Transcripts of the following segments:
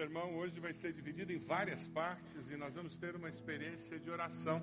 sermão hoje vai ser dividido em várias partes e nós vamos ter uma experiência de oração.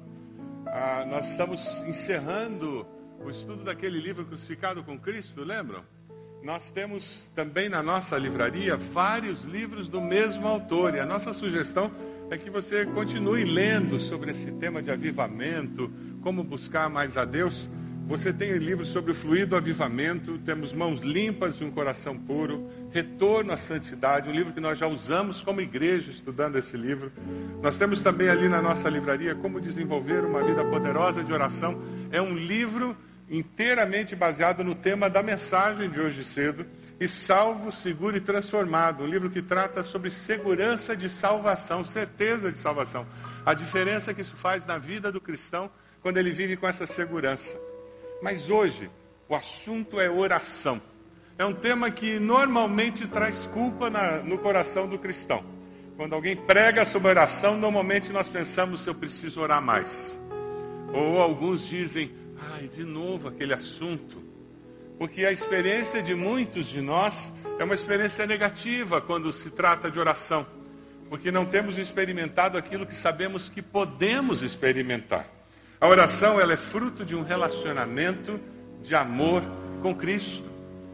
Nós estamos encerrando o estudo daquele livro Crucificado com Cristo, lembram? Nós temos também na nossa livraria vários livros do mesmo autor, e a nossa sugestão é que você continue lendo sobre esse tema de avivamento, como buscar mais a Deus. Você tem livros sobre o fluido avivamento, temos Mãos Limpas e um Coração Puro, Retorno à Santidade, um livro que nós já usamos como igreja estudando esse livro. Nós temos também ali na nossa livraria Como Desenvolver uma Vida Poderosa de Oração. É um livro inteiramente baseado no tema da mensagem de hoje cedo, e Salvo, Seguro e Transformado, um livro que trata sobre segurança de salvação, certeza de salvação, a diferença que isso faz na vida do cristão quando ele vive com essa segurança. Mas hoje o assunto é oração. É um tema que normalmente traz culpa no coração do cristão. Quando alguém prega sobre oração, normalmente nós pensamos se eu preciso orar mais. Ou alguns dizem, de novo aquele assunto. Porque a experiência de muitos de nós é uma experiência negativa quando se trata de oração. Porque não temos experimentado aquilo que sabemos que podemos experimentar. A oração, ela é fruto de um relacionamento de amor com Cristo.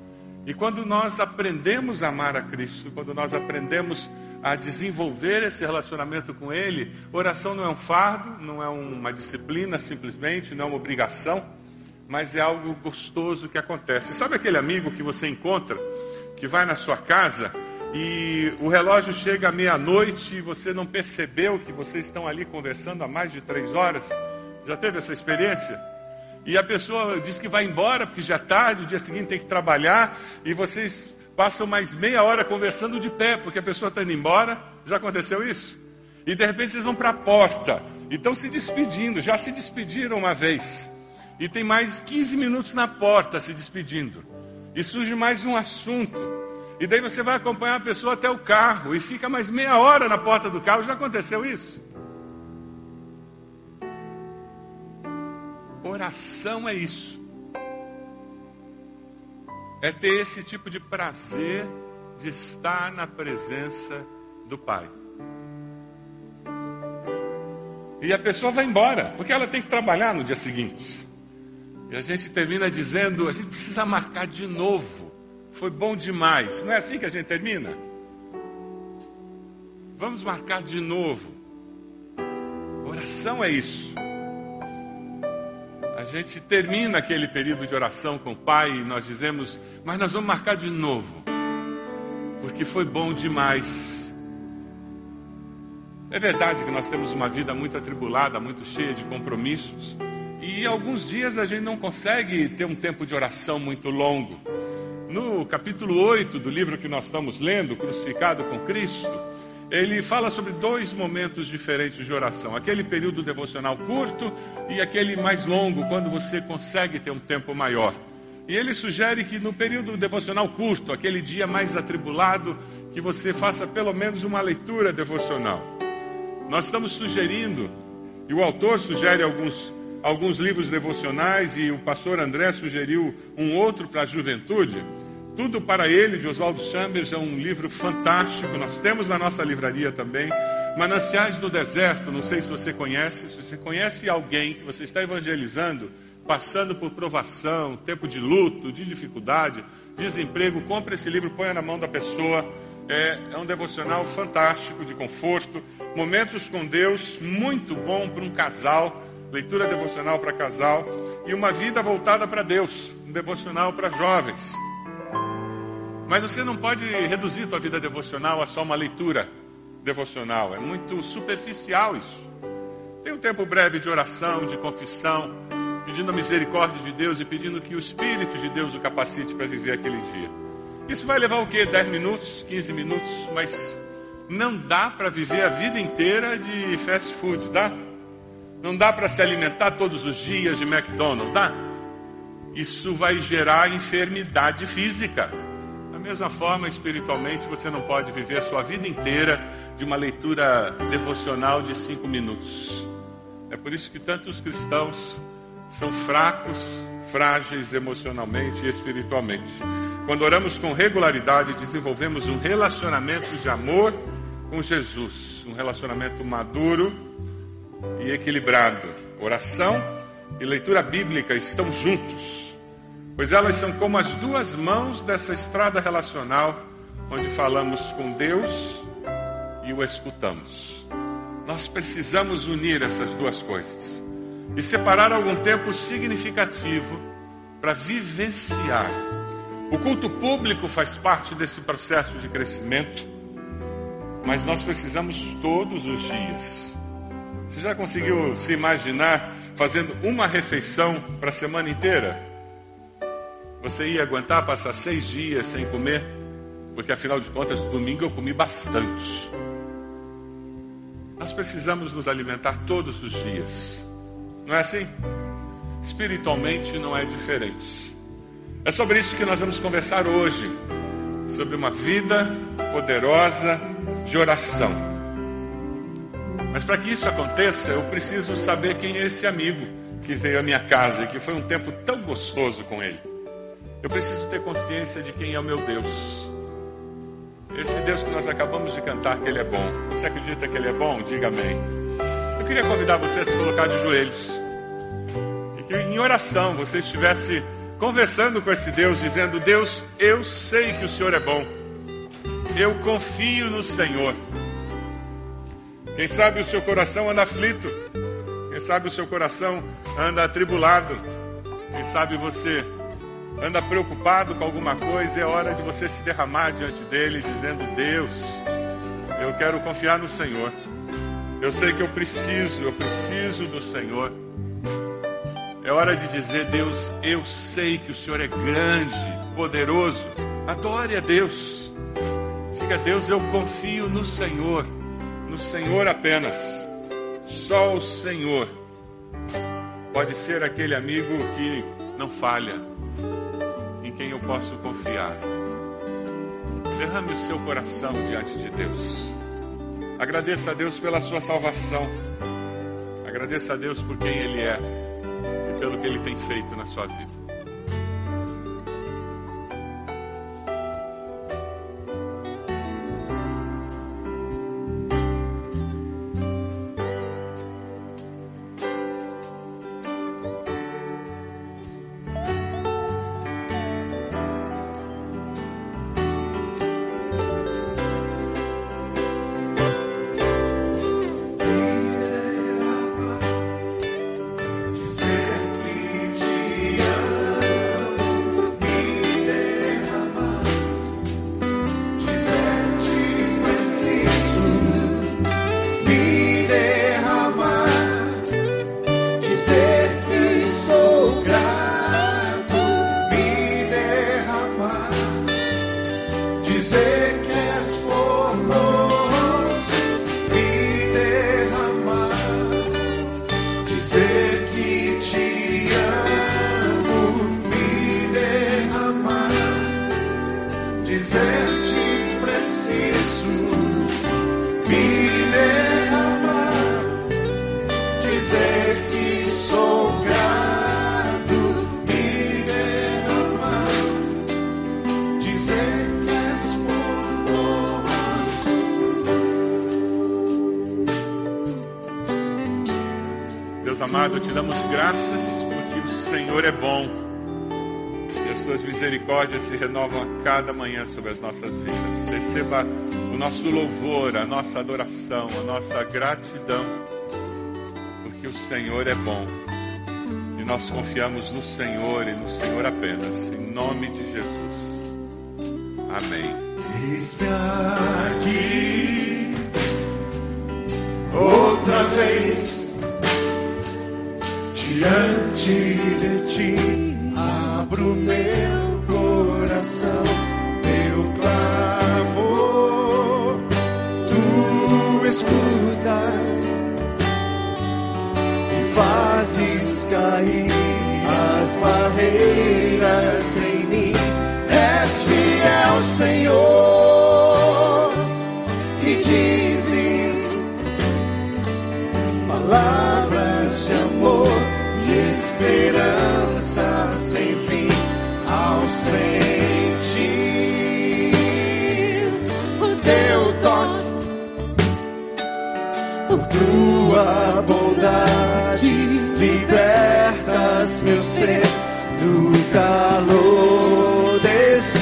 E quando nós aprendemos a amar a Cristo, quando nós aprendemos a desenvolver esse relacionamento com Ele, oração não é um fardo, não é uma disciplina simplesmente, não é uma obrigação, mas é algo gostoso que acontece. Sabe aquele amigo que você encontra, que vai na sua casa e o relógio chega à meia-noite e você não percebeu que vocês estão ali conversando há mais de 3 horas? Já teve essa experiência? E a pessoa diz que vai embora porque já é tarde, o dia seguinte tem que trabalhar, e vocês passam mais meia hora conversando de pé, porque a pessoa está indo embora. Já aconteceu isso? E de repente vocês vão para a porta e estão se despedindo, já se despediram uma vez. E tem mais 15 minutos na porta se despedindo. E surge mais um assunto. E daí você vai acompanhar a pessoa até o carro e fica mais meia hora na porta do carro. Já aconteceu isso? Oração é isso. É ter esse tipo de prazer de estar na presença do Pai. E a pessoa vai embora, porque ela tem que trabalhar no dia seguinte. E a gente termina dizendo, a gente precisa marcar de novo. Foi bom demais. Não é assim que a gente termina? Vamos marcar de novo. Oração é isso. A gente termina aquele período de oração com o Pai e nós dizemos, mas nós vamos marcar de novo, porque foi bom demais. É verdade que nós temos uma vida muito atribulada, muito cheia de compromissos, e alguns dias a gente não consegue ter um tempo de oração muito longo. No capítulo 8 do livro que nós estamos lendo, Crucificado com Cristo, ele fala sobre 2 momentos diferentes de oração. Aquele período devocional curto e aquele mais longo, quando você consegue ter um tempo maior. E ele sugere que no período devocional curto, aquele dia mais atribulado, que você faça pelo menos uma leitura devocional. Nós estamos sugerindo, e o autor sugere alguns livros devocionais, e o pastor André sugeriu um outro para a juventude. Tudo para Ele, de Oswaldo Chambers, é um livro fantástico. Nós temos na nossa livraria também. Mananciais do Deserto, não sei se você conhece. Se você conhece alguém que você está evangelizando, passando por provação, tempo de luto, de dificuldade, desemprego, compre esse livro, ponha na mão da pessoa. É um devocional fantástico, de conforto. Momentos com Deus, muito bom para um casal. Leitura devocional para casal. E uma vida voltada para Deus, um devocional para jovens. Mas você não pode reduzir a sua vida devocional a só uma leitura devocional. É muito superficial isso. Tem um tempo breve de oração, de confissão, pedindo a misericórdia de Deus e pedindo que o Espírito de Deus o capacite para viver aquele dia. Isso vai levar o quê? 10 minutos, 15 minutos, mas não dá para viver a vida inteira de fast food, dá? Não dá para se alimentar todos os dias de McDonald's, dá? Isso vai gerar enfermidade física. Da mesma forma, espiritualmente, você não pode viver a sua vida inteira de uma leitura devocional de 5 minutos. É por isso que tantos cristãos são fracos, frágeis emocionalmente e espiritualmente. Quando oramos com regularidade, desenvolvemos um relacionamento de amor com Jesus, um relacionamento maduro e equilibrado. Oração e leitura bíblica estão juntos, pois elas são como as duas mãos dessa estrada relacional, onde falamos com Deus e o escutamos. Nós precisamos unir essas duas coisas e separar algum tempo significativo para vivenciar. O culto público faz parte desse processo de crescimento, mas nós precisamos todos os dias. Você já conseguiu se imaginar fazendo uma refeição para a semana inteira? Você ia aguentar passar 6 dias sem comer? Porque afinal de contas, domingo eu comi bastante. Nós precisamos nos alimentar todos os dias. Não é assim? Espiritualmente não é diferente. É sobre isso que nós vamos conversar hoje. Sobre uma vida poderosa de oração. Mas para que isso aconteça, eu preciso saber quem é esse amigo que veio à minha casa e que foi um tempo tão gostoso com ele. Eu preciso ter consciência de quem é o meu Deus. Esse Deus que nós acabamos de cantar, que Ele é bom. Você acredita que Ele é bom? Diga amém. Eu queria convidar você a se colocar de joelhos. E que em oração você estivesse conversando com esse Deus, dizendo: Deus, eu sei que o Senhor é bom. Eu confio no Senhor. Quem sabe o seu coração anda aflito. Quem sabe o seu coração anda atribulado. Quem sabe você anda preocupado com alguma coisa. É hora de você se derramar diante dele, dizendo: Deus, eu quero confiar no Senhor. Eu sei que eu preciso do Senhor. É hora de dizer: Deus, eu sei que o Senhor é grande, poderoso. Adore a Deus. Diga: Deus, eu confio no Senhor apenas. Só o Senhor pode ser aquele amigo que não falha, em quem eu posso confiar. Derrame o seu coração diante de Deus. Agradeça a Deus pela sua salvação. Agradeça a Deus por quem Ele é e pelo que Ele tem feito na sua vida. Amado, te damos graças porque o Senhor é bom e as suas misericórdias se renovam a cada manhã sobre as nossas vidas. Receba o nosso louvor, a nossa adoração, a nossa gratidão, porque o Senhor é bom e nós confiamos no Senhor e no Senhor apenas, em nome de Jesus. Amém. Eis-me aqui outra vez diante de ti, abro meu coração, meu clamor, tu escutas e fazes cair as barreiras em mim. És fiel, Senhor, e dizes palavras de amor e esperança sem fim ao sentir o teu toque. por tua bondade, libertas meu ser no calor desse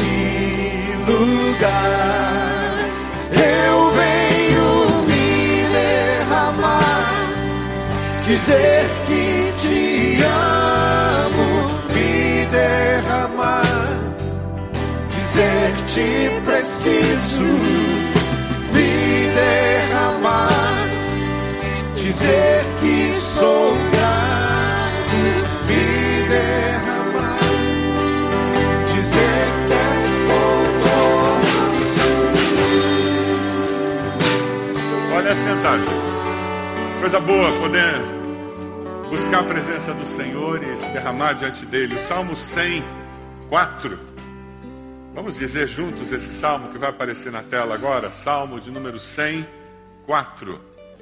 lugar. Eu venho me derramar, dizer que te amo, me derramar, dizer que te preciso, me derramar, dizer que sou grato, me derramar, dizer que és poderoso. Olha, sentar, gente. Coisa boa poder buscar a presença do Senhor e se derramar diante dele. O Salmo 104. Vamos dizer juntos esse salmo que vai aparecer na tela agora. Salmo de número 104.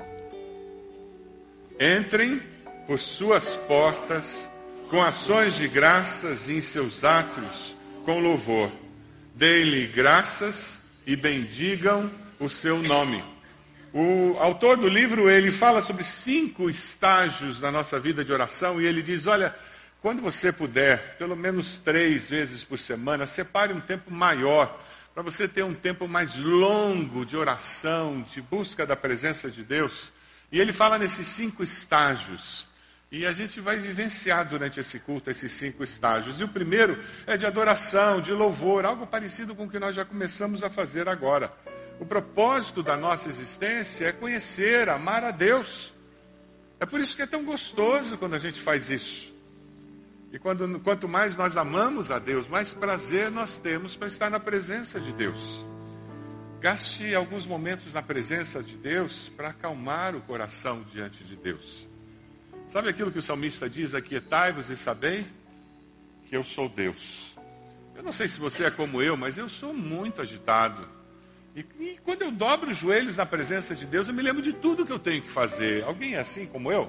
Entrem por suas portas com ações de graças e em seus átrios com louvor. Dê-lhe graças e bendigam o seu nome. O autor do livro, ele fala sobre 5 estágios da nossa vida de oração e ele diz, olha, quando você puder, pelo menos 3 vezes por semana, separe um tempo maior, para você ter um tempo mais longo de oração, de busca da presença de Deus. E ele fala nesses 5 estágios. E a gente vai vivenciar durante esse culto esses 5 estágios. E o primeiro é de adoração, de louvor, algo parecido com o que nós já começamos a fazer agora. O propósito da nossa existência é conhecer, amar a Deus. É por isso que é tão gostoso quando a gente faz isso. E quanto mais nós amamos a Deus, mais prazer nós temos para estar na presença de Deus. Gaste alguns momentos na presença de Deus para acalmar o coração diante de Deus. Sabe aquilo que o salmista diz? Aquietai-vos e sabei que eu sou Deus. Eu não sei se você é como eu, mas eu sou muito agitado. E quando eu dobro os joelhos na presença de Deus, eu me lembro de tudo que eu tenho que fazer. Alguém é assim como eu?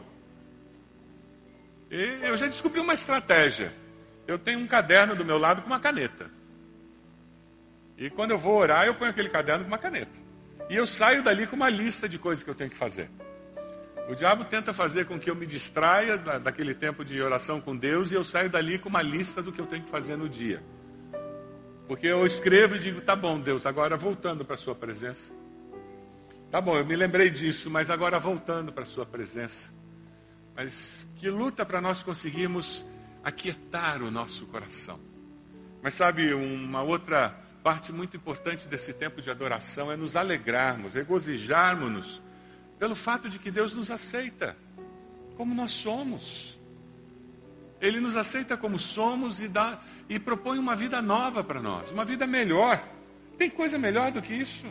E eu já descobri uma estratégia. Eu tenho um caderno do meu lado com uma caneta. E quando eu vou orar, eu ponho aquele caderno com uma caneta. E eu saio dali com uma lista de coisas que eu tenho que fazer. O diabo tenta fazer com que eu me distraia daquele tempo de oração com Deus e eu saio dali com uma lista do que eu tenho que fazer no dia. Porque eu escrevo e digo, tá bom, Deus, agora voltando para a sua presença. Tá bom, eu me lembrei disso, mas agora voltando para a sua presença. Mas que luta para nós conseguirmos aquietar o nosso coração. Mas sabe, uma outra parte muito importante desse tempo de adoração é nos alegrarmos, regozijarmos-nos pelo fato de que Deus nos aceita como nós somos. Ele nos aceita como somos e propõe uma vida nova para nós, uma vida melhor. Tem coisa melhor do que isso?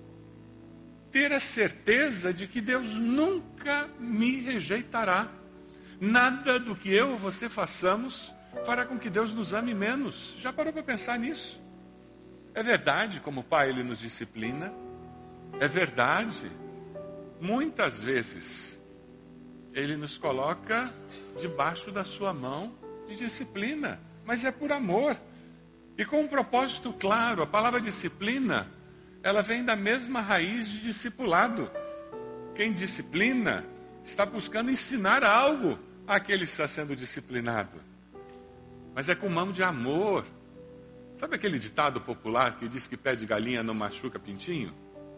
Ter a certeza de que Deus nunca me rejeitará. Nada do que eu ou você façamos fará com que Deus nos ame menos. Já parou para pensar nisso? É verdade, como o Pai, Ele nos disciplina. É verdade. Muitas vezes, Ele nos coloca debaixo da sua mão de disciplina. Mas é por amor. E com um propósito claro. A palavra disciplina, ela vem da mesma raiz de discipulado. Quem disciplina está buscando ensinar algo àquele que está sendo disciplinado. Mas é com mão de amor. Sabe aquele ditado popular que diz que pé de galinha não machuca pintinho?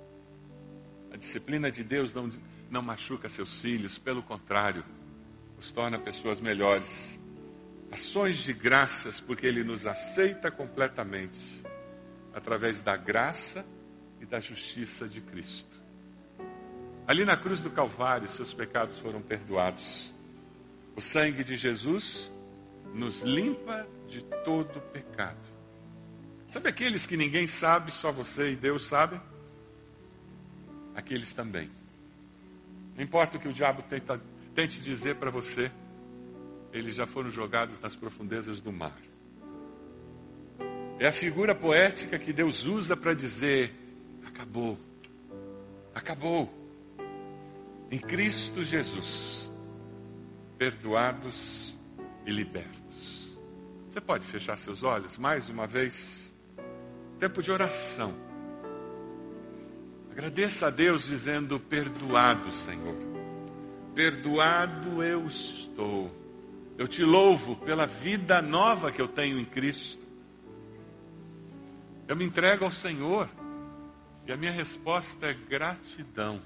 A disciplina de Deus não machuca seus filhos, pelo contrário, os torna pessoas melhores. Ações de graças, porque Ele nos aceita completamente, através da graça e da justiça de Cristo. Ali na cruz do Calvário, seus pecados foram perdoados. O sangue de Jesus nos limpa de todo pecado. Sabe aqueles que ninguém sabe, só você e Deus sabem? Aqueles também. Não importa o que o diabo tente dizer para você, eles já foram jogados nas profundezas do mar. É a figura poética que Deus usa para dizer, acabou. Acabou. Em Cristo Jesus, perdoados e libertos. Você pode fechar seus olhos mais uma vez? Tempo de oração. Agradeça a Deus dizendo: perdoado, Senhor. Perdoado eu estou. Eu te louvo pela vida nova que eu tenho em Cristo. Eu me entrego ao Senhor e a minha resposta é gratidão.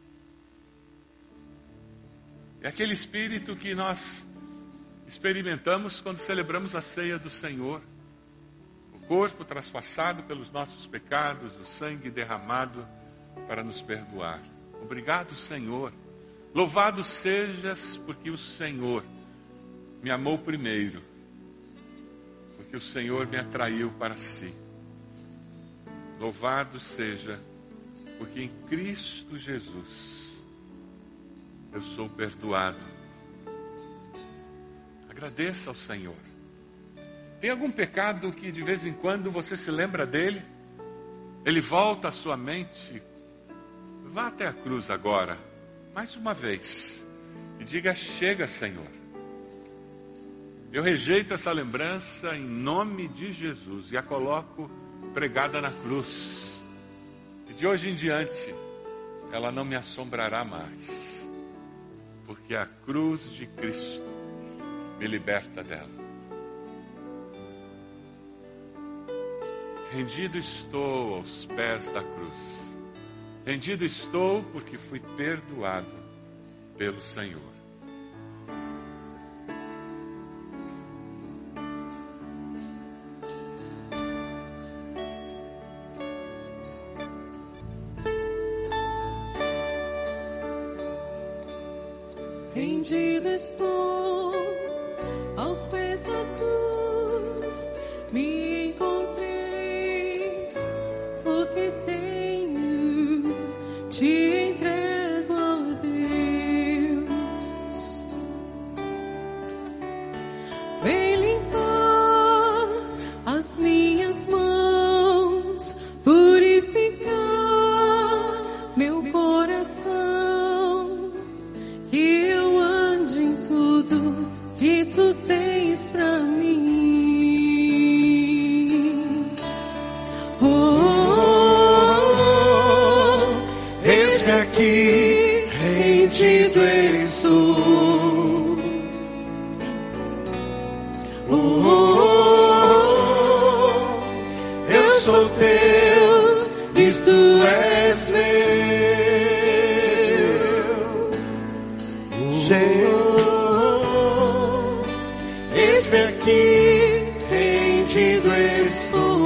É aquele espírito que nós experimentamos quando celebramos a ceia do Senhor. O corpo traspassado pelos nossos pecados, o sangue derramado para nos perdoar. Obrigado, Senhor. Louvado sejas porque o Senhor me amou primeiro, porque o Senhor me atraiu para si. Louvado seja porque em Cristo Jesus eu sou perdoado. Agradeça ao Senhor. Tem algum pecado que de vez em quando você se lembra dele? Ele volta à sua mente? Vá até a cruz agora, mais uma vez, e diga: chega, Senhor. Eu rejeito essa lembrança em nome de Jesus e a coloco pregada na cruz. E de hoje em diante, ela não me assombrará mais, porque a cruz de Cristo me liberta dela. Rendido estou aos pés da cruz. Rendido estou porque fui perdoado pelo Senhor. Rendido estou aos pés da cruz, me encontrei, o que tenho te entrego a Deus. Vem limpar as minhas mãos, purificar meu coração, que eu ande em tudo que tu tens pra mim. Eis-me aqui, rendido estou. Eu sou teu e tu és meu. Eis-me aqui, rendido estou.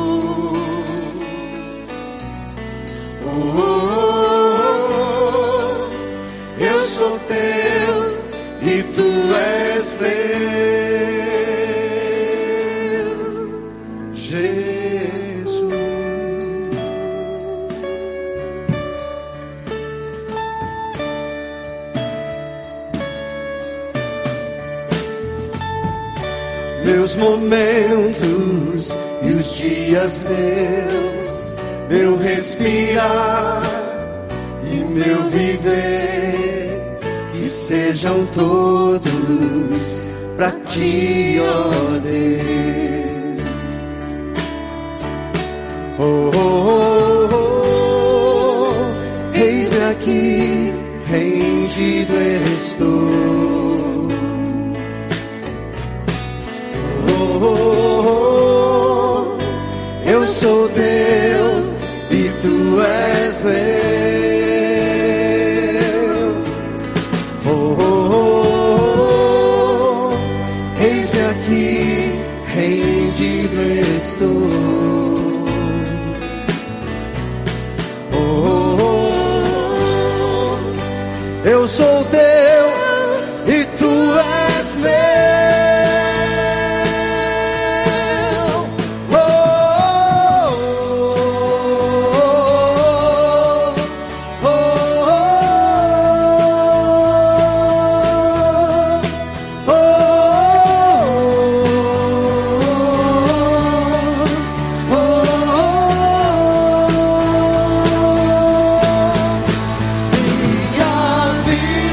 Eu sou teu e tu és meu, Jesus. Meus momentos e os dias meus, meu respirar e meu viver, que sejam todos pra ti, ó Deus. Eis-me aqui, rendido estou. Eu sou teu e tu és meu. Eis-me aqui, rendido estou. Eu sou teu e tu és meu. Minha vida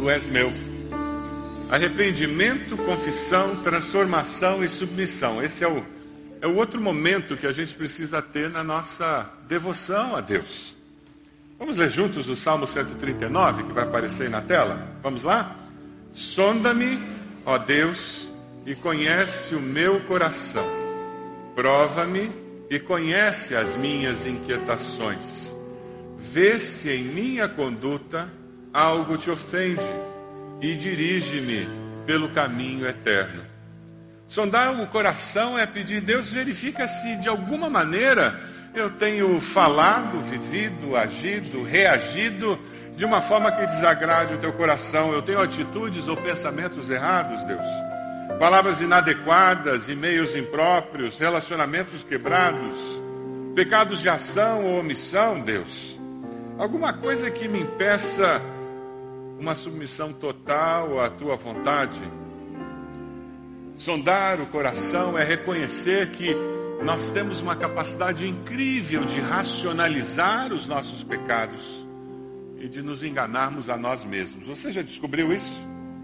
tu és meu. Arrependimento, confissão, transformação e submissão. Esse é o outro momento que a gente precisa ter na nossa devoção a Deus. Vamos ler juntos o Salmo 139, que vai aparecer aí na tela? Vamos lá? Sonda-me, ó Deus, e conhece o meu coração. Prova-me e conhece as minhas inquietações. Vê se em minha conduta algo te ofende e dirige-me pelo caminho eterno. Sondar o coração é pedir: Deus, verifica se de alguma maneira eu tenho falado, vivido, agido, reagido de uma forma que desagrade o teu coração. Eu tenho atitudes ou pensamentos errados, Deus. Palavras inadequadas, e-mails impróprios, relacionamentos quebrados, pecados de ação ou omissão, Deus. Alguma coisa que me impeça uma submissão total à tua vontade. Sondar o coração é reconhecer que nós temos uma capacidade incrível de racionalizar os nossos pecados e de nos enganarmos a nós mesmos. Você já descobriu isso?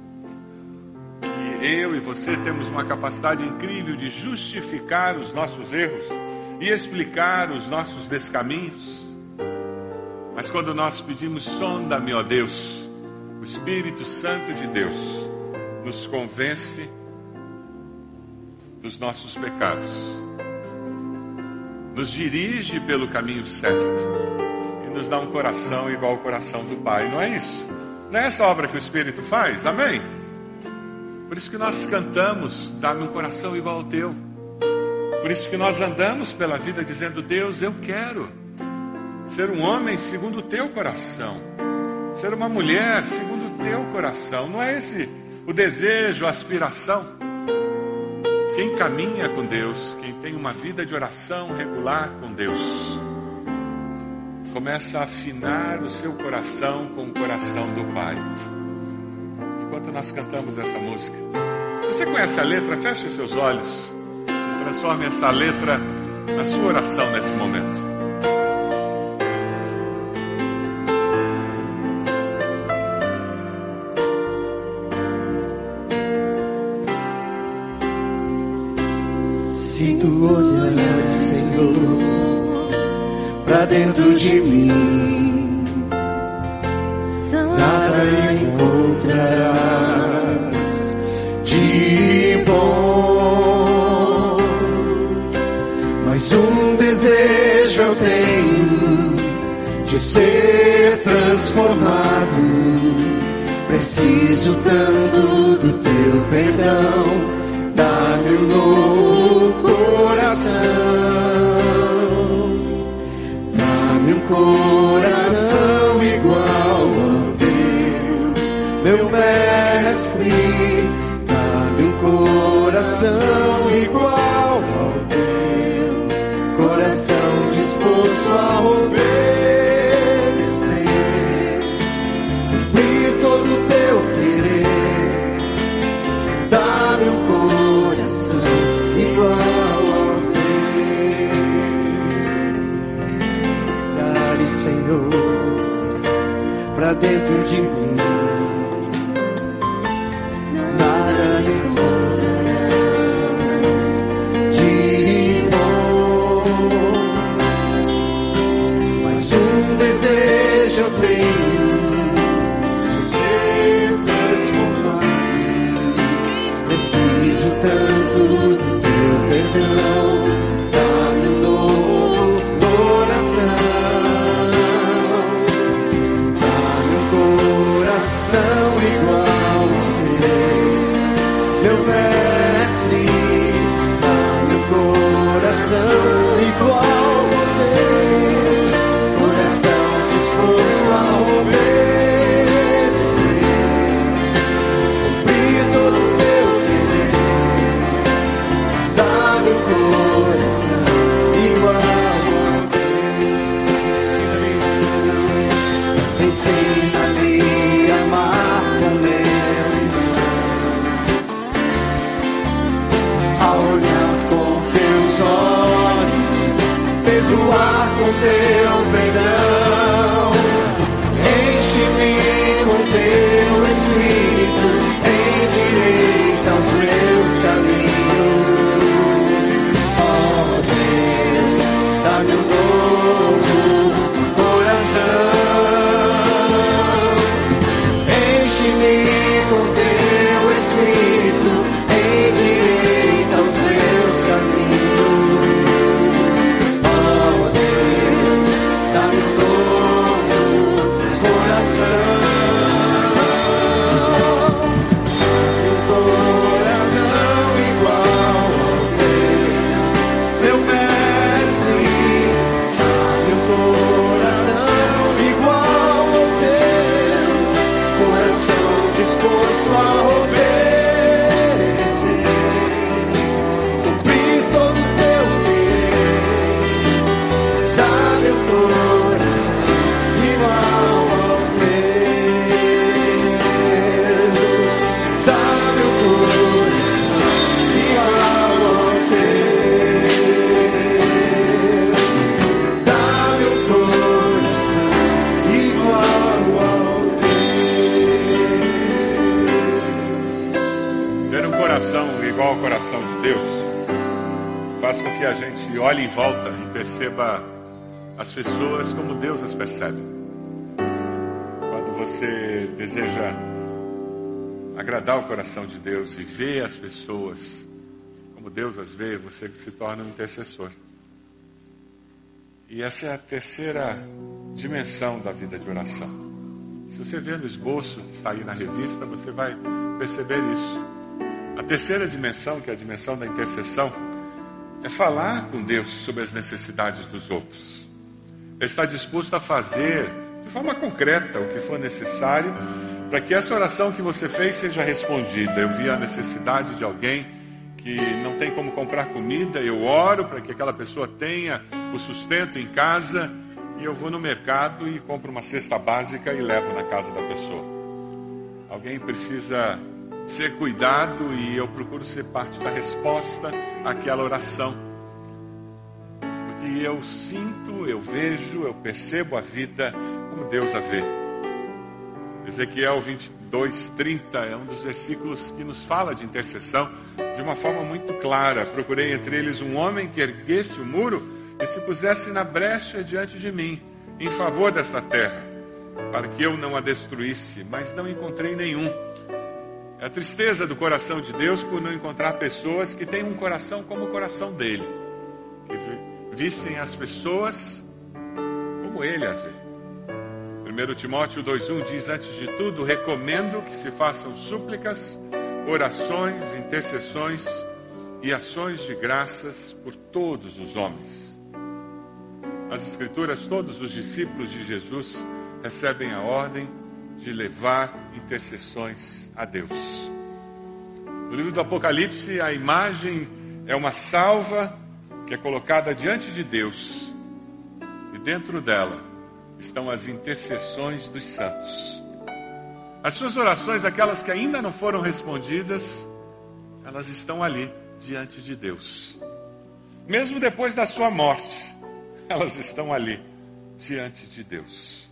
Que eu e você temos uma capacidade incrível de justificar os nossos erros e explicar os nossos descaminhos. Mas quando nós pedimos: sonda-me, ó Deus, o Espírito Santo de Deus nos convence dos nossos pecados, nos dirige pelo caminho certo e nos dá um coração igual ao coração do Pai. Não é isso? Não é essa obra que o Espírito faz? Amém? Por isso que nós cantamos: dá-me um coração igual ao teu. Por isso que nós andamos pela vida dizendo: Deus, eu quero ser um homem segundo o teu coração, ser uma mulher segundo o teu coração. Não é esse o desejo, a aspiração? Quem caminha com Deus, quem tem uma vida de oração regular com Deus, começa a afinar o seu coração com o coração do Pai. Enquanto nós cantamos essa música, se você conhece a letra, feche os seus olhos e transforme essa letra na sua oração nesse momento. Sinto olhar, Senhor, pra dentro de mim. Nada encontrarás de bom, mas um desejo eu tenho de ser transformado. Preciso tanto do teu perdão. Dá-me um novo coração, dá-me um coração igual ao teu, meu mestre. Dá-me um coração igual ao teu, coração disposto a obedecer, cumprir todo o teu querer. Dá-me um coração igual ao teu. Dá-lhe, Senhor, pra dentro de mim. Nada encontrarás de bom, mas um desejo eu tenho de ser transformado. Preciso tanto do teu perdão. Dá-me um novo coração, dá-me um coração igual ao teu, meu mestre. Dá-me um coração igual ao teu, coração disposto a obedecer, cumprir todo o teu querer. Dá-me um coração igual ao teu. Ensina-me a amar com meu irmão, a olhar com teus olhos, perdoar com teu perdão. Enche-me com teu Espírito. que a gente olhe em volta e perceba as pessoas como Deus as percebe. Quando você deseja agradar o coração de Deus e ver as pessoas como Deus as vê, você se torna um intercessor. E essa é a terceira dimensão da vida de oração. Se você ver no esboço que está aí na revista, você vai perceber isso. A terceira dimensão, que é a dimensão da intercessão, é falar com Deus sobre as necessidades dos outros. Ele está disposto a fazer de forma concreta o que for necessário para que essa oração que você fez seja respondida. Eu vi a necessidade de alguém que não tem como comprar comida, eu oro para que aquela pessoa tenha o sustento em casa, e eu vou no mercado e compro uma cesta básica e levo na casa da pessoa. Alguém precisa ser cuidado e eu procuro ser parte da resposta àquela oração. Porque eu sinto, eu vejo, eu percebo a vida como Deus a vê. Ezequiel 22:30 é um dos versículos que nos fala de intercessão de uma forma muito clara. Procurei entre eles um homem que erguesse o muro e se pusesse na brecha diante de mim, em favor desta terra, para que eu não a destruísse, mas não encontrei nenhum. É a tristeza do coração de Deus por não encontrar pessoas que têm um coração como o coração dele, que vissem as pessoas como ele as vê. 1 Timóteo 2:1 diz: antes de tudo, recomendo que se façam súplicas, orações, intercessões e ações de graças por todos os homens. Nas Escrituras, todos os discípulos de Jesus recebem a ordem de levar intercessões a Deus. No livro do Apocalipse, a imagem é uma salva que é colocada diante de Deus, e dentro dela estão as intercessões dos santos. As suas orações, aquelas que ainda não foram respondidas, elas estão ali diante de Deus. Mesmo depois da sua morte, elas estão ali diante de Deus.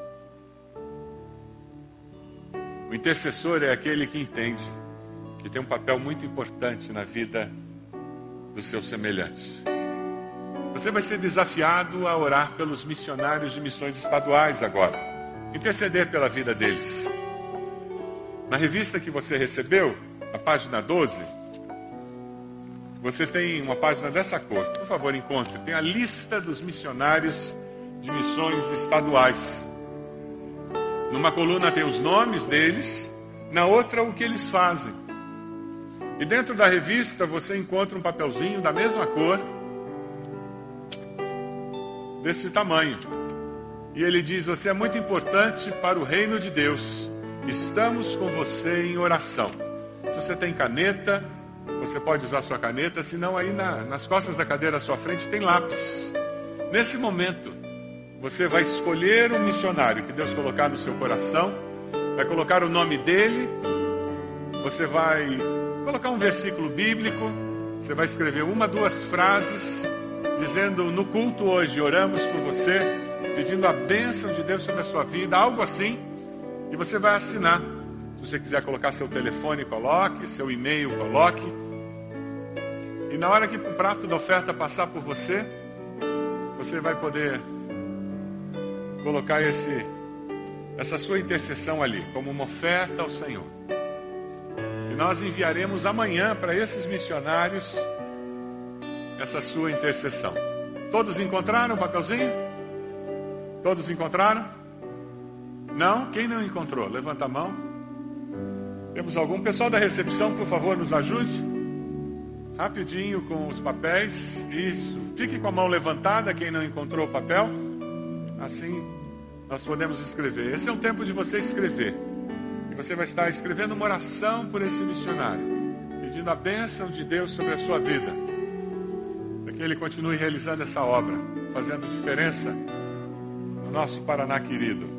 O intercessor é aquele que entende que tem um papel muito importante na vida dos seus semelhantes. Você vai ser desafiado a orar pelos missionários de missões estaduais agora. Interceder pela vida deles. Na revista que você recebeu, na página 12, você tem uma página dessa cor. Por favor, encontre. Tem a lista dos missionários de missões estaduais. Numa coluna tem os nomes deles, na outra o que eles fazem. E dentro da revista você encontra um papelzinho da mesma cor, desse tamanho. E ele diz: você é muito importante para o reino de Deus. Estamos com você em oração. Se você tem caneta, você pode usar sua caneta, senão aí nas costas da cadeira à sua frente tem lápis. Nesse momento, você vai escolher um missionário que Deus colocar no seu coração, vai colocar o nome dele, você vai colocar um versículo bíblico, você vai escrever 1, 2 frases, dizendo: no culto hoje oramos por você, pedindo a bênção de Deus sobre a sua vida, algo assim, e você vai assinar. Se você quiser colocar seu telefone, coloque, seu e-mail, coloque. E na hora que o prato da oferta passar por você, você vai poder colocar essa sua intercessão ali, como uma oferta ao Senhor. E nós enviaremos amanhã para esses missionários essa sua intercessão. Todos encontraram o papelzinho? Todos encontraram? Não? Quem não encontrou? Levanta a mão. Temos algum? Pessoal da recepção, por favor, nos ajude. Rapidinho com os papéis. Isso. Fique com a mão levantada, quem não encontrou o papel. Assim nós podemos escrever. Esse é um tempo de você escrever. E você vai estar escrevendo uma oração por esse missionário, pedindo a bênção de Deus sobre a sua vida, para que ele continue realizando essa obra, fazendo diferença no nosso Paraná querido.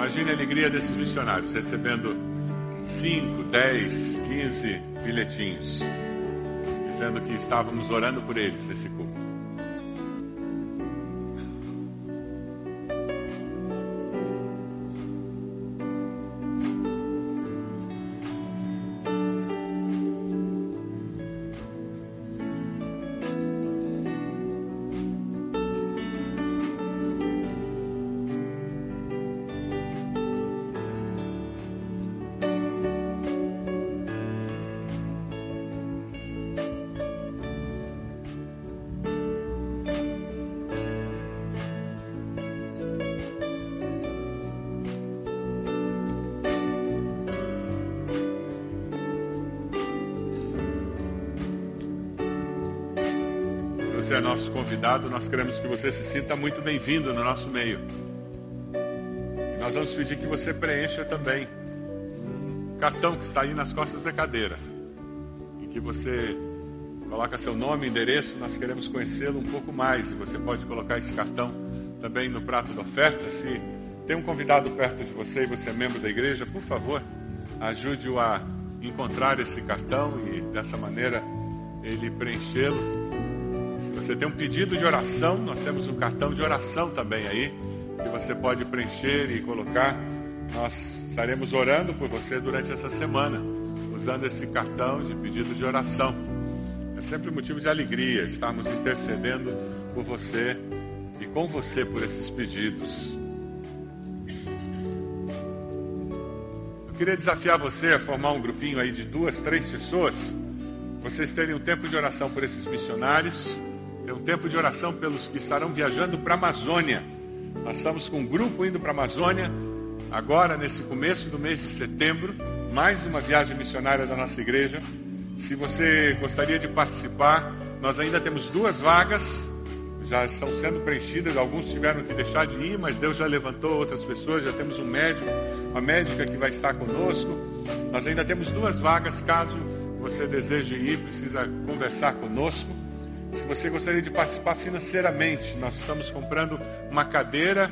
Imagine a alegria desses missionários recebendo 5, 10, 15 bilhetinhos, dizendo que estávamos orando por eles nesse culto. Você é nosso convidado, nós queremos que você se sinta muito bem-vindo no nosso meio. E nós vamos pedir que você preencha também um cartão que está aí nas costas da cadeira, em que você coloca seu nome, endereço. Nós queremos conhecê-lo um pouco mais, e você pode colocar esse cartão também no prato da oferta. Se tem um convidado perto de você e você é membro da igreja, por favor, ajude-o a encontrar esse cartão e dessa maneira ele preenchê-lo. Se você tem um pedido de oração, nós temos um cartão de oração também aí, que você pode preencher e colocar. Nós estaremos orando por você durante essa semana, usando esse cartão de pedido de oração. É sempre um motivo de alegria estarmos intercedendo por você e com você por esses pedidos. Eu queria desafiar você a formar um grupinho aí de 2, 3 pessoas. Vocês terem um tempo de oração por esses missionários, ter um tempo de oração pelos que estarão viajando para a Amazônia. Nós estamos com um grupo indo para a Amazônia, agora nesse começo do mês de setembro, mais uma viagem missionária da nossa igreja. Se você gostaria de participar, nós ainda temos 2 vagas, já estão sendo preenchidas, alguns tiveram que deixar de ir, mas Deus já levantou outras pessoas, já temos um médico, uma médica que vai estar conosco. Nós ainda temos 2 vagas, caso você deseje ir, precisa conversar conosco. Se você gostaria de participar financeiramente, nós estamos comprando uma cadeira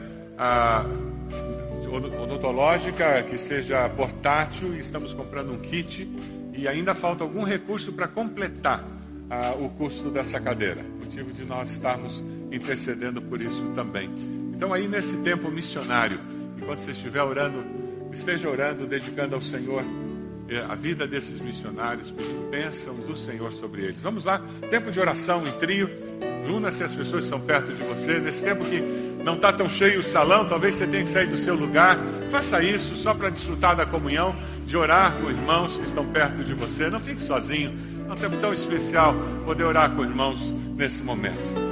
odontológica que seja portátil, e estamos comprando um kit, e ainda falta algum recurso para completar o custo dessa cadeira. Motivo de nós estarmos intercedendo por isso também. Então aí nesse tempo missionário, enquanto você estiver orando, esteja orando, dedicando ao Senhor a vida desses missionários, pedindo bênção do Senhor sobre eles. Vamos lá, tempo de oração em trio. Una-se as pessoas que estão perto de você. Nesse tempo que não está tão cheio o salão, talvez você tenha que sair do seu lugar. Faça isso só para desfrutar da comunhão, de orar com irmãos que estão perto de você. Não fique sozinho. É um tempo tão especial poder orar com irmãos nesse momento.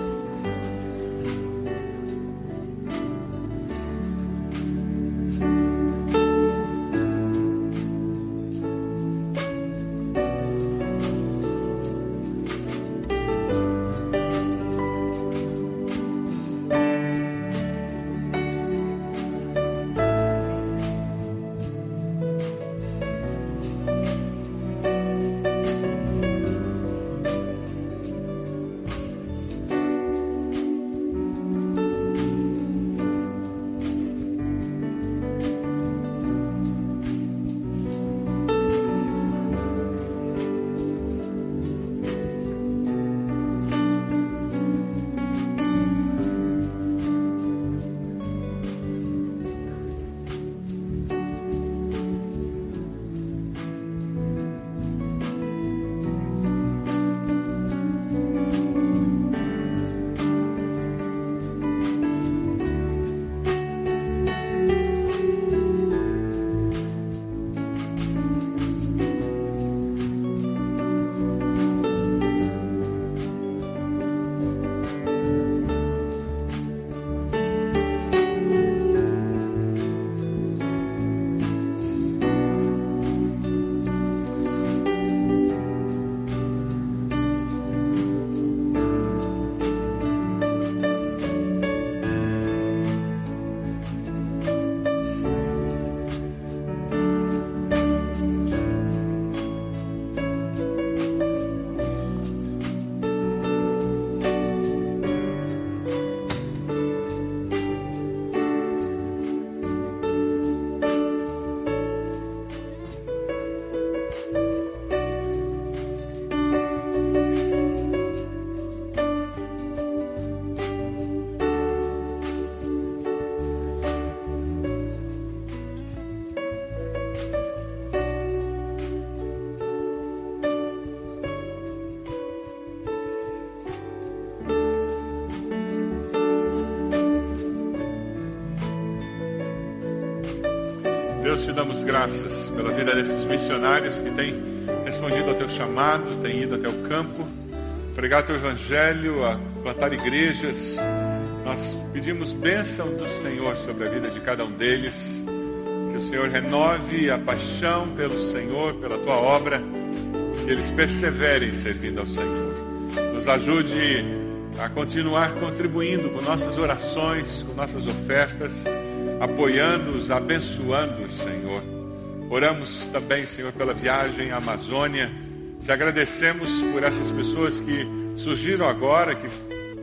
Deus, te damos graças pela vida desses missionários que têm respondido ao teu chamado, têm ido até o campo, pregar teu evangelho, a plantar igrejas. Nós pedimos bênção do Senhor sobre a vida de cada um deles, que o Senhor renove a paixão pelo Senhor, pela tua obra, que eles perseverem servindo ao Senhor. Nos ajude a continuar contribuindo com nossas orações, com nossas ofertas, apoiando-os, abençoando-os, Senhor. Oramos também, Senhor, pela viagem à Amazônia. Te agradecemos por essas pessoas que surgiram agora, que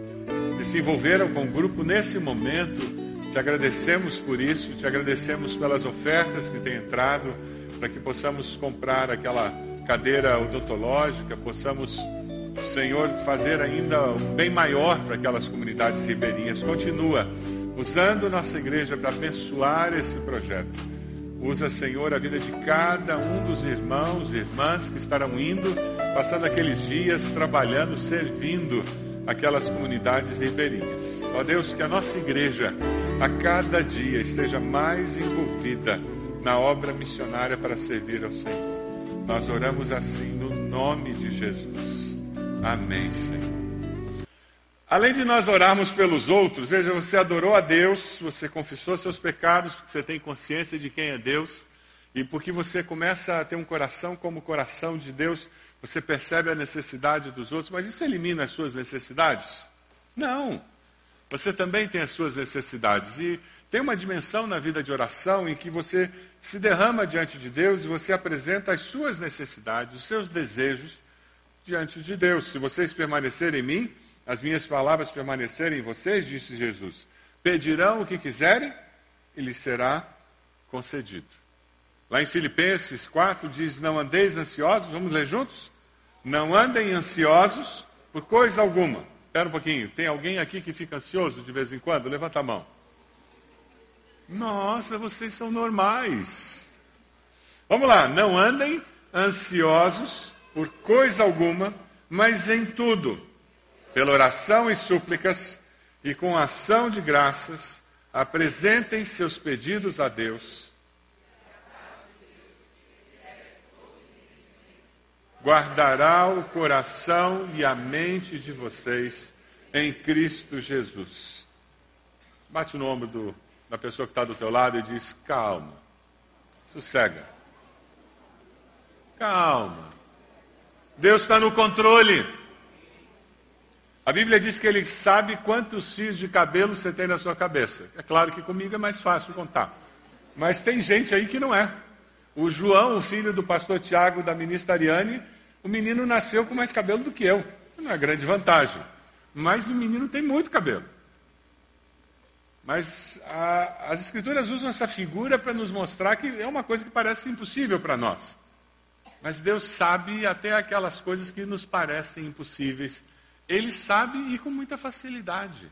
se envolveram com o grupo nesse momento. Te agradecemos por isso, te agradecemos pelas ofertas que têm entrado, para que possamos comprar aquela cadeira odontológica, possamos, Senhor, fazer ainda um bem maior para aquelas comunidades ribeirinhas. Continua usando nossa igreja para abençoar esse projeto. Usa, Senhor, a vida de cada um dos irmãos e irmãs que estarão indo, passando aqueles dias, trabalhando, servindo aquelas comunidades ribeirinhas. Ó Deus, que a nossa igreja, a cada dia, esteja mais envolvida na obra missionária para servir ao Senhor. Nós oramos assim no nome de Jesus. Amém, Senhor. Além de nós orarmos pelos outros, veja, você adorou a Deus, você confessou seus pecados, porque você tem consciência de quem é Deus, e porque você começa a ter um coração como o coração de Deus, você percebe a necessidade dos outros, mas isso elimina as suas necessidades? Não. Você também tem as suas necessidades, e tem uma dimensão na vida de oração em que você se derrama diante de Deus e você apresenta as suas necessidades, os seus desejos diante de Deus. Se vocês permanecerem em mim, as minhas palavras permanecerem em vocês, disse Jesus, pedirão o que quiserem e lhes será concedido. Lá em Filipenses 4 diz, não andeis ansiosos, vamos ler juntos? Não andem ansiosos por coisa alguma. Espera um pouquinho, tem alguém aqui que fica ansioso de vez em quando? Levanta a mão. Nossa, vocês são normais. Vamos lá, não andem ansiosos por coisa alguma, mas em tudo, pela oração e súplicas, e com ação de graças, apresentem seus pedidos a Deus. Guardará o coração e a mente de vocês em Cristo Jesus. Bate no ombro da pessoa que está do teu lado e diz, calma, sossega. Calma. Deus está no controle. A Bíblia diz que Ele sabe quantos fios de cabelo você tem na sua cabeça. É claro que comigo é mais fácil contar. Mas tem gente aí que não é. O João, o filho do pastor Tiago, da ministra Ariane, o menino nasceu com mais cabelo do que eu. Não é grande vantagem. Mas o menino tem muito cabelo. Mas as Escrituras usam essa figura para nos mostrar que é uma coisa que parece impossível para nós. Mas Deus sabe até aquelas coisas que nos parecem impossíveis. Ele sabe e com muita facilidade.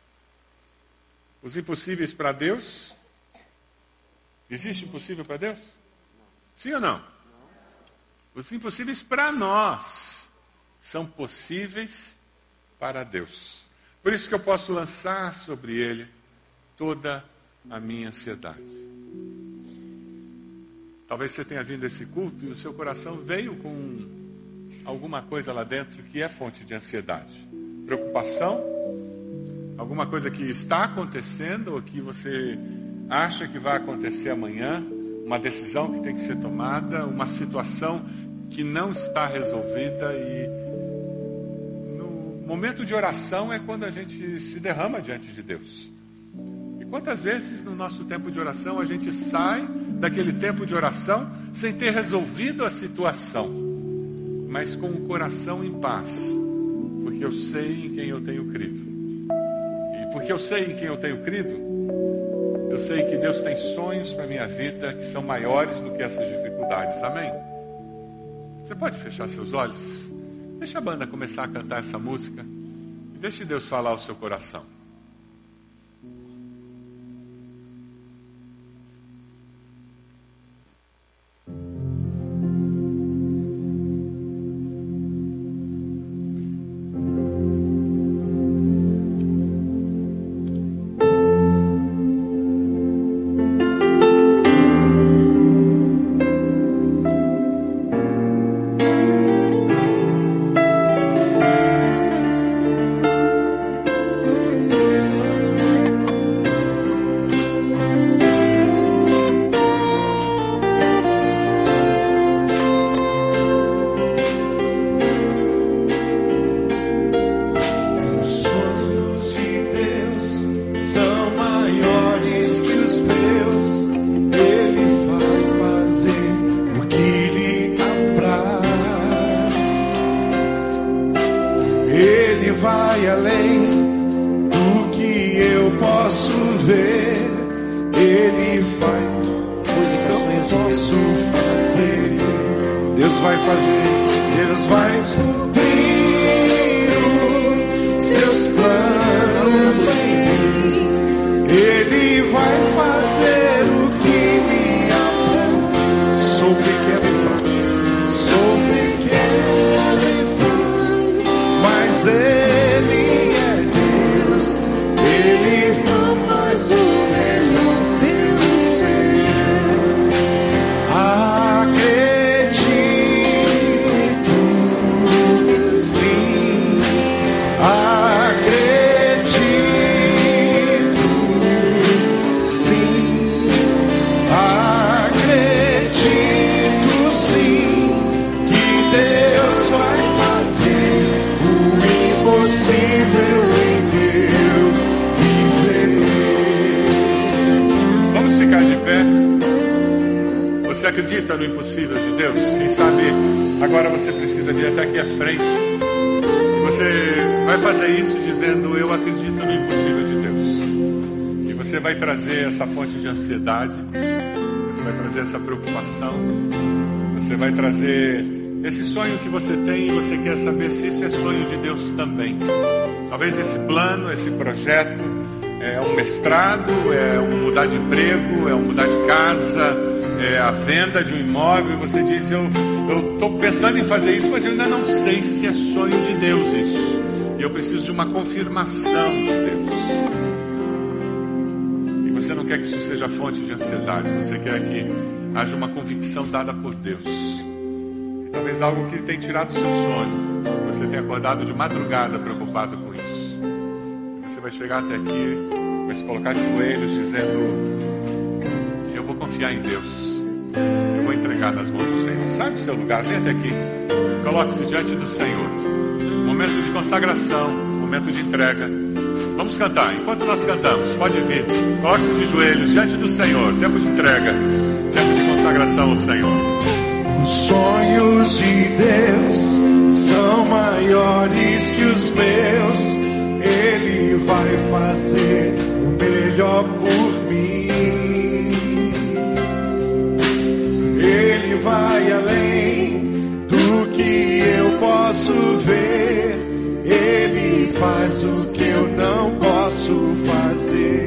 Os impossíveis para Deus? Existe impossível para Deus? Sim ou não? Os impossíveis para nós são possíveis para Deus. Por isso que eu posso lançar sobre Ele toda a minha ansiedade. Talvez você tenha vindo a esse culto e o seu coração veio com alguma coisa lá dentro que é fonte de ansiedade. Preocupação, alguma coisa que está acontecendo ou que você acha que vai acontecer amanhã, uma decisão que tem que ser tomada, uma situação que não está resolvida. E no momento de oração é quando a gente se derrama diante de Deus. E quantas vezes no nosso tempo de oração a gente sai daquele tempo de oração sem ter resolvido a situação, mas com o coração em paz, porque eu sei em quem eu tenho crido. E porque eu sei em quem eu tenho crido, eu sei que Deus tem sonhos para a minha vida que são maiores do que essas dificuldades. Amém? Você pode fechar seus olhos? Deixa a banda começar a cantar essa música e deixe Deus falar ao seu coração. Ele vai além do que eu posso ver. Ele vai, posso fazer. Deus vai fazer, Deus vai cumprir os seus planos em mim. Ele vai fazer o que me apraz. Sou pequeno e fraco, sou pequeno e fraco, mas Ele é Deus. Ele só faz o melhor pelos seus. Acredito, sim, acredito, sim, acredito, sim, que Deus vai fazer o impossível em meu viver. Vamos ficar de pé. Você acredita no impossível de Deus? Quem sabe agora você precisa vir até aqui à frente. E você vai fazer isso dizendo: eu acredito no impossível de Deus. E você vai trazer essa fonte de ansiedade. Você vai trazer essa preocupação. Você vai trazer esse sonho que você tem e você quer saber se isso é sonho de Deus também. Talvez esse plano, esse projeto é um mestrado, é um mudar de emprego, é um mudar de casa, é a venda de um imóvel. E você diz: eu estou pensando em fazer isso, mas eu ainda não sei se é sonho de Deus isso. E eu preciso de uma confirmação de Deus. E você não quer que isso seja fonte de ansiedade. Você quer que haja uma convicção dada por Deus. E talvez algo que tenha tirado o seu sono. Você tenha acordado de madrugada preocupado com isso. Você vai chegar até aqui, vai se colocar de joelhos dizendo: eu vou confiar em Deus. Eu vou entregar nas mãos do Senhor. Sai do seu lugar, vem até aqui. Coloque-se diante do Senhor. Momento de consagração, momento de entrega. Vamos cantar. Enquanto nós cantamos, pode vir. Coloque-se de joelhos diante do Senhor. Tempo de entrega, tempo de consagração ao Senhor. Os sonhos de Deus são maiores que os meus. Ele vai fazer o melhor por mim. Ele vai além do que eu posso ver. Ele faz o que eu não posso fazer.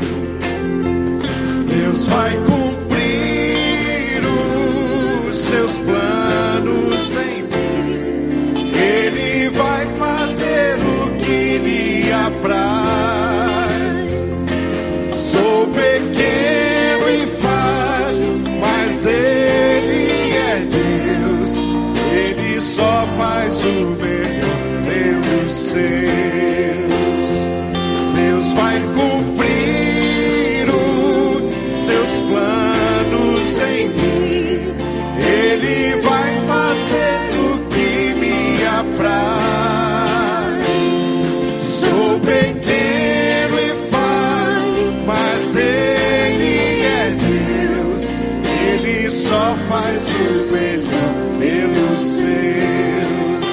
Deus vai cumprir os seus planos em mim. Ele vai fazer o que lhe apraz. Sou pequeno e falho, mas Ele é Deus. Ele só faz o melhor pelos seus. Deus vai cumprir os seus planos em mim. Ele vai fazer o que me apraz. Sou pequeno e falho, mas Ele é Deus. Ele só faz o melhor pelos seus.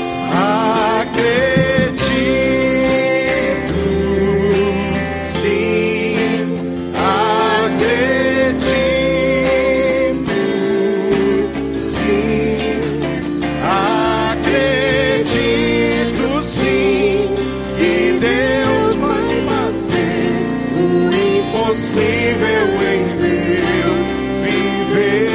Acredito, sim, acredito, sim, acredito, sim, que Deus vai fazer o impossível em meu viver.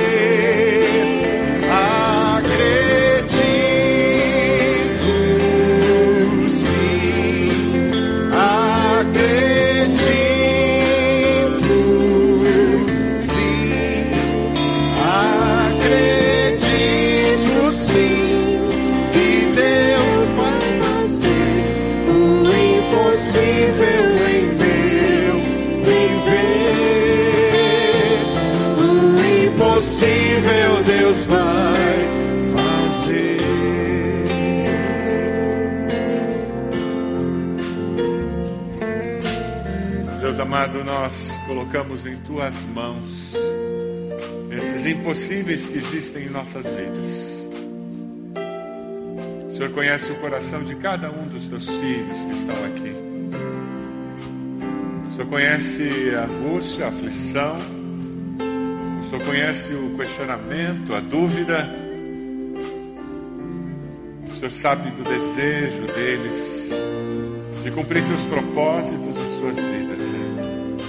Impossível Deus vai fazer. Deus amado, nós colocamos em Tuas mãos esses impossíveis que existem em nossas vidas. O Senhor conhece o coração de cada um dos teus filhos que estão aqui. O Senhor conhece a angústia, a aflição. O Senhor conhece o questionamento, a dúvida. O Senhor sabe do desejo deles de cumprir teus propósitos em suas vidas, Senhor.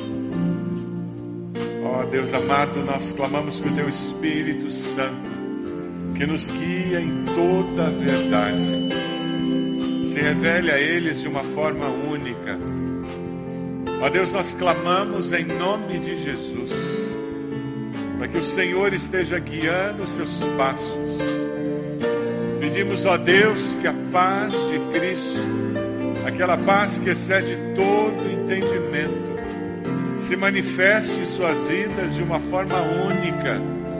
Ó Deus amado, nós clamamos que o teu Espírito Santo, que nos guia em toda a verdade, se revele a eles de uma forma única. Ó Deus, nós clamamos em nome de Jesus, para que o Senhor esteja guiando os seus passos. Pedimos, ó Deus, que a paz de Cristo, aquela paz que excede todo entendimento, se manifeste em suas vidas de uma forma única.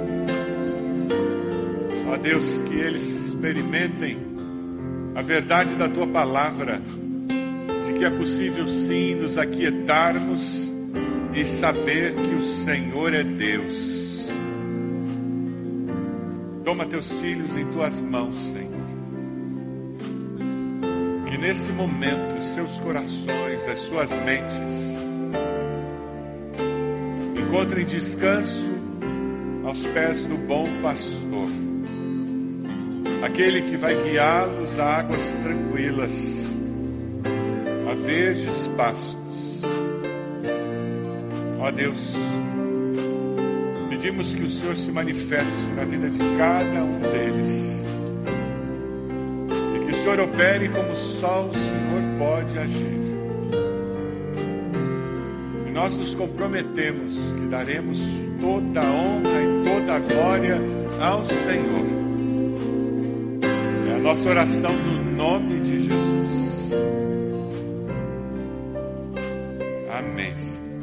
Ó Deus, que eles experimentem a verdade da Tua Palavra, de que é possível sim nos aquietarmos e saber que o Senhor é Deus. Toma Teus filhos em Tuas mãos, Senhor. Que nesse momento os seus corações, as suas mentes, encontrem descanso aos pés do bom pastor, aquele que vai guiá-los a águas tranquilas, a verdes pastos. Ó Deus, pedimos que o Senhor se manifeste na vida de cada um deles e que o Senhor opere como só o Senhor pode agir. E nós nos comprometemos que daremos toda a honra e toda a glória ao Senhor. É a nossa oração no nome de Jesus. Amém.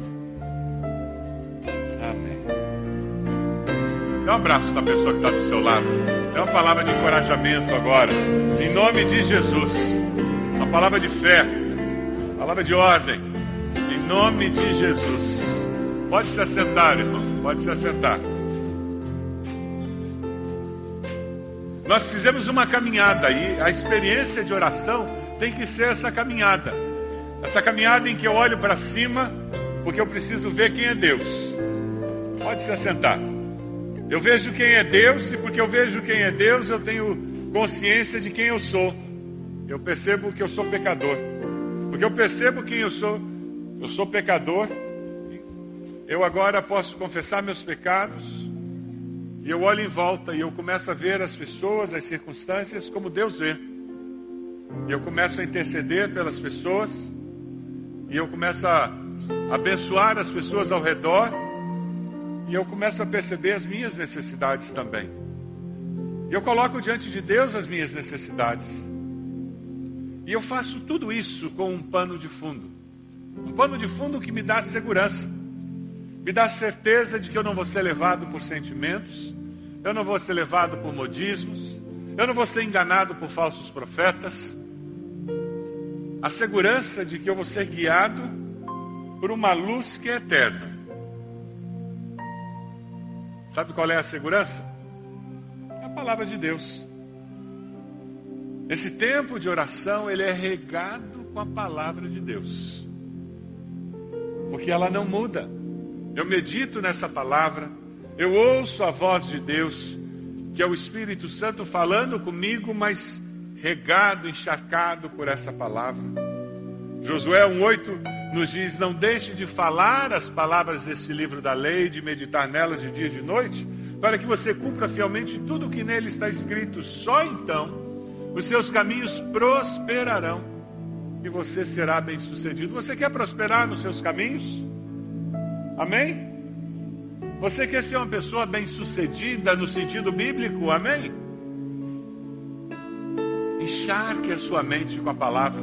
Amém. Dá um abraço na pessoa que está do seu lado. Dá uma palavra de encorajamento agora. Em nome de Jesus. Uma palavra de fé. Palavra de ordem. Em nome de Jesus. Pode se assentar, irmão. Pode se assentar. Nós fizemos uma caminhada e a experiência de oração tem que ser essa caminhada. Essa caminhada em que eu olho para cima porque eu preciso ver quem é Deus. Pode se assentar. Eu vejo quem é Deus e porque eu vejo quem é Deus eu tenho consciência de quem eu sou. Eu percebo que eu sou pecador. Porque eu percebo quem eu sou pecador. Eu agora posso confessar meus pecados. E eu olho em volta e eu começo a ver as pessoas, as circunstâncias como Deus vê. E eu começo a interceder pelas pessoas. E eu começo a abençoar as pessoas ao redor. E eu começo a perceber as minhas necessidades também. E eu coloco diante de Deus as minhas necessidades. E eu faço tudo isso com um pano de fundo. Um pano de fundo que me dá segurança. Me dá certeza de que eu não vou ser levado por sentimentos. Eu não vou ser levado por modismos. Eu não vou ser enganado por falsos profetas. A segurança de que eu vou ser guiado por uma luz que é eterna. Sabe qual é a segurança? É a palavra de Deus. Esse tempo de oração, ele é regado com a palavra de Deus. Porque ela não muda. Eu medito nessa palavra, eu ouço a voz de Deus, que é o Espírito Santo falando comigo, mas regado, encharcado por essa palavra. Josué 1:8 nos diz: não deixe de falar as palavras deste livro da lei, de meditar nelas de dia e de noite, para que você cumpra fielmente tudo o que nele está escrito. Só então os seus caminhos prosperarão e você será bem-sucedido. Você quer prosperar nos seus caminhos? Amém? Você quer ser uma pessoa bem-sucedida no sentido bíblico? Amém? Encharque a sua mente com a palavra.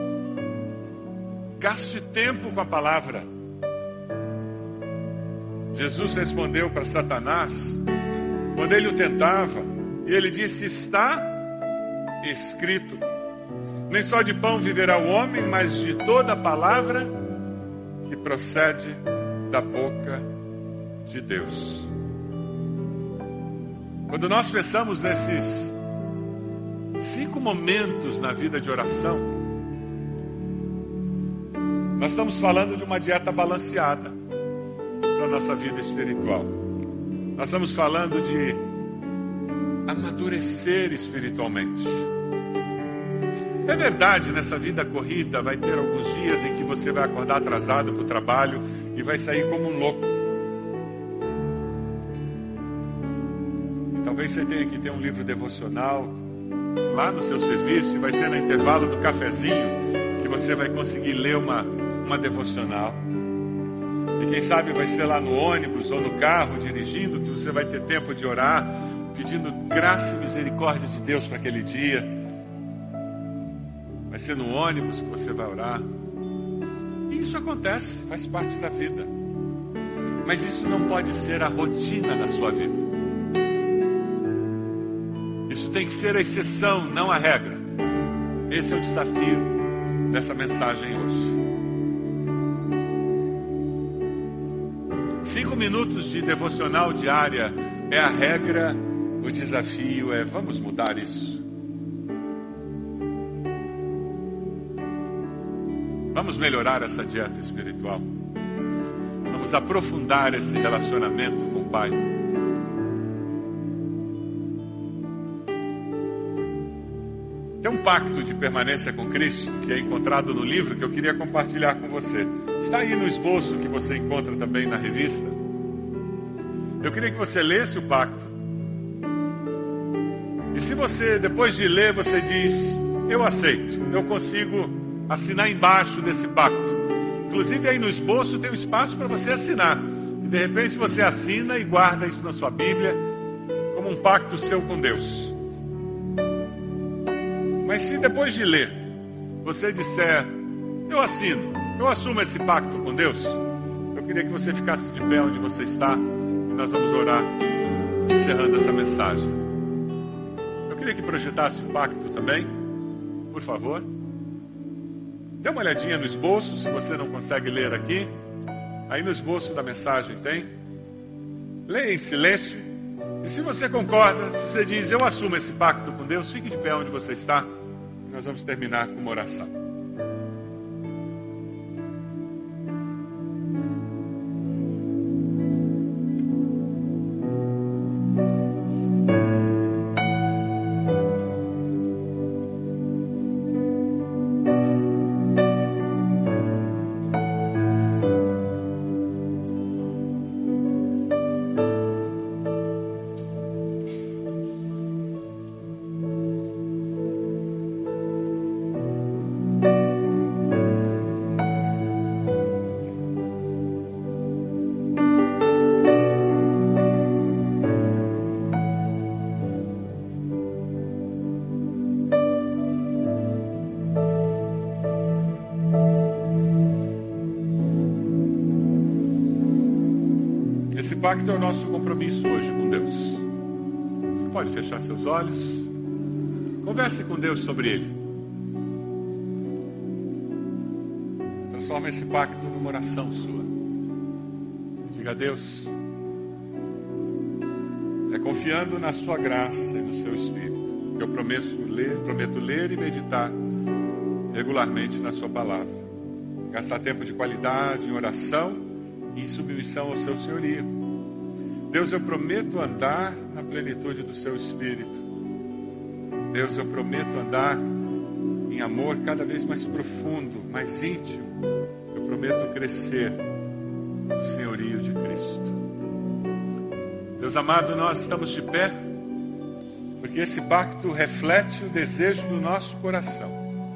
Gaste tempo com a palavra. Jesus respondeu para Satanás, quando ele o tentava, e ele disse: está escrito, nem só de pão viverá o homem, mas de toda a palavra que procede da boca de Deus. Quando nós pensamos 5 momentos na vida de oração. Nós estamos falando de uma dieta balanceada para a nossa vida espiritual. Nós estamos falando de amadurecer espiritualmente. É verdade, nessa vida corrida vai ter alguns dias em que você vai acordar atrasado para o trabalho e vai sair como um louco. Talvez você tenha que ter um livro devocional lá no seu serviço e vai ser no intervalo do cafezinho que você vai conseguir ler uma devocional. E quem sabe vai ser lá no ônibus ou no carro, dirigindo, que você vai ter tempo de orar, pedindo graça e misericórdia de Deus para aquele dia. Vai ser no ônibus que você vai orar. E isso acontece, faz parte da vida. Mas isso não pode ser a rotina da sua vida. Isso tem que ser a exceção, não a regra. Esse é o desafio dessa mensagem hoje. 5 minutos de devocional diária é a regra, o desafio é vamos mudar isso. Vamos melhorar essa dieta espiritual. Vamos aprofundar esse relacionamento com o Pai. Tem um pacto de permanência com Cristo que é encontrado no livro que eu queria compartilhar com você. Está aí no esboço que você encontra também na revista. Eu queria que você lesse o pacto. E se você, depois de ler, você diz, eu aceito, eu consigo assinar embaixo desse pacto. Inclusive aí no esboço tem um espaço para você assinar. E de repente você assina e guarda isso na sua Bíblia como um pacto seu com Deus. Mas se depois de ler, você disser, eu assino, eu assumo esse pacto com Deus, eu queria que você ficasse de pé onde você está e nós vamos orar, encerrando essa mensagem. Eu queria que projetasse o pacto também, por favor. Dê uma olhadinha no esboço, se você não consegue ler aqui. Aí no esboço da mensagem tem. Leia em silêncio. E se você concorda, se você diz, eu assumo esse pacto com Deus, fique de pé onde você está. E nós vamos terminar com uma oração. Esse pacto é o nosso compromisso hoje com Deus. Você pode fechar seus olhos. Converse com Deus sobre ele. Transforma esse pacto numa oração sua. Diga a Deus, é confiando na sua graça e no seu Espírito que eu prometo ler e meditar regularmente na sua palavra. Gastar tempo de qualidade em oração e em submissão ao seu senhorio. Deus, eu prometo andar na plenitude do seu Espírito. Deus, eu prometo andar em amor cada vez mais profundo, mais íntimo. Eu prometo crescer no senhorio de Cristo. Deus amado, nós estamos de pé, porque esse pacto reflete o desejo do nosso coração.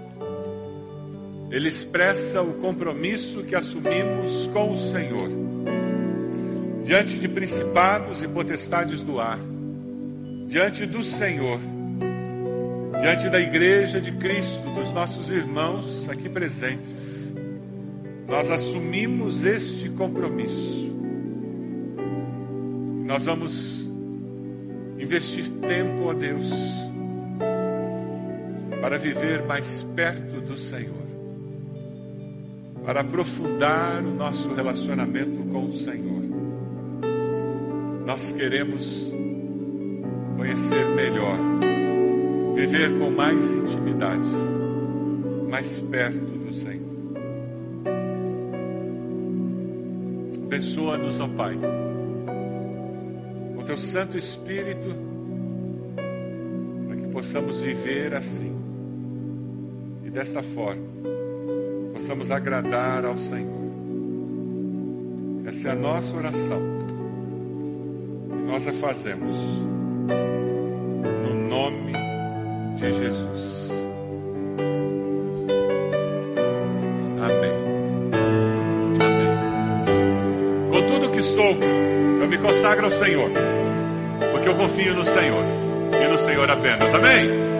Ele expressa o compromisso que assumimos com o Senhor. Diante de principados e potestades do ar, diante do Senhor, diante da Igreja de Cristo, dos nossos irmãos aqui presentes, nós assumimos este compromisso. Nós vamos investir tempo, ó Deus, para viver mais perto do Senhor, para aprofundar o nosso relacionamento com o Senhor. Nós queremos conhecer melhor viver com mais intimidade, mais perto do Senhor. Abençoa-nos, ó Pai, com Teu Santo Espírito, para que possamos viver assim e desta forma possamos agradar ao Senhor. Essa é a nossa oração e nós a fazemos no nome de Jesus. Amém. Amém. Com tudo que sou, eu me consagro ao Senhor, porque eu confio no Senhor e no Senhor apenas. Amém.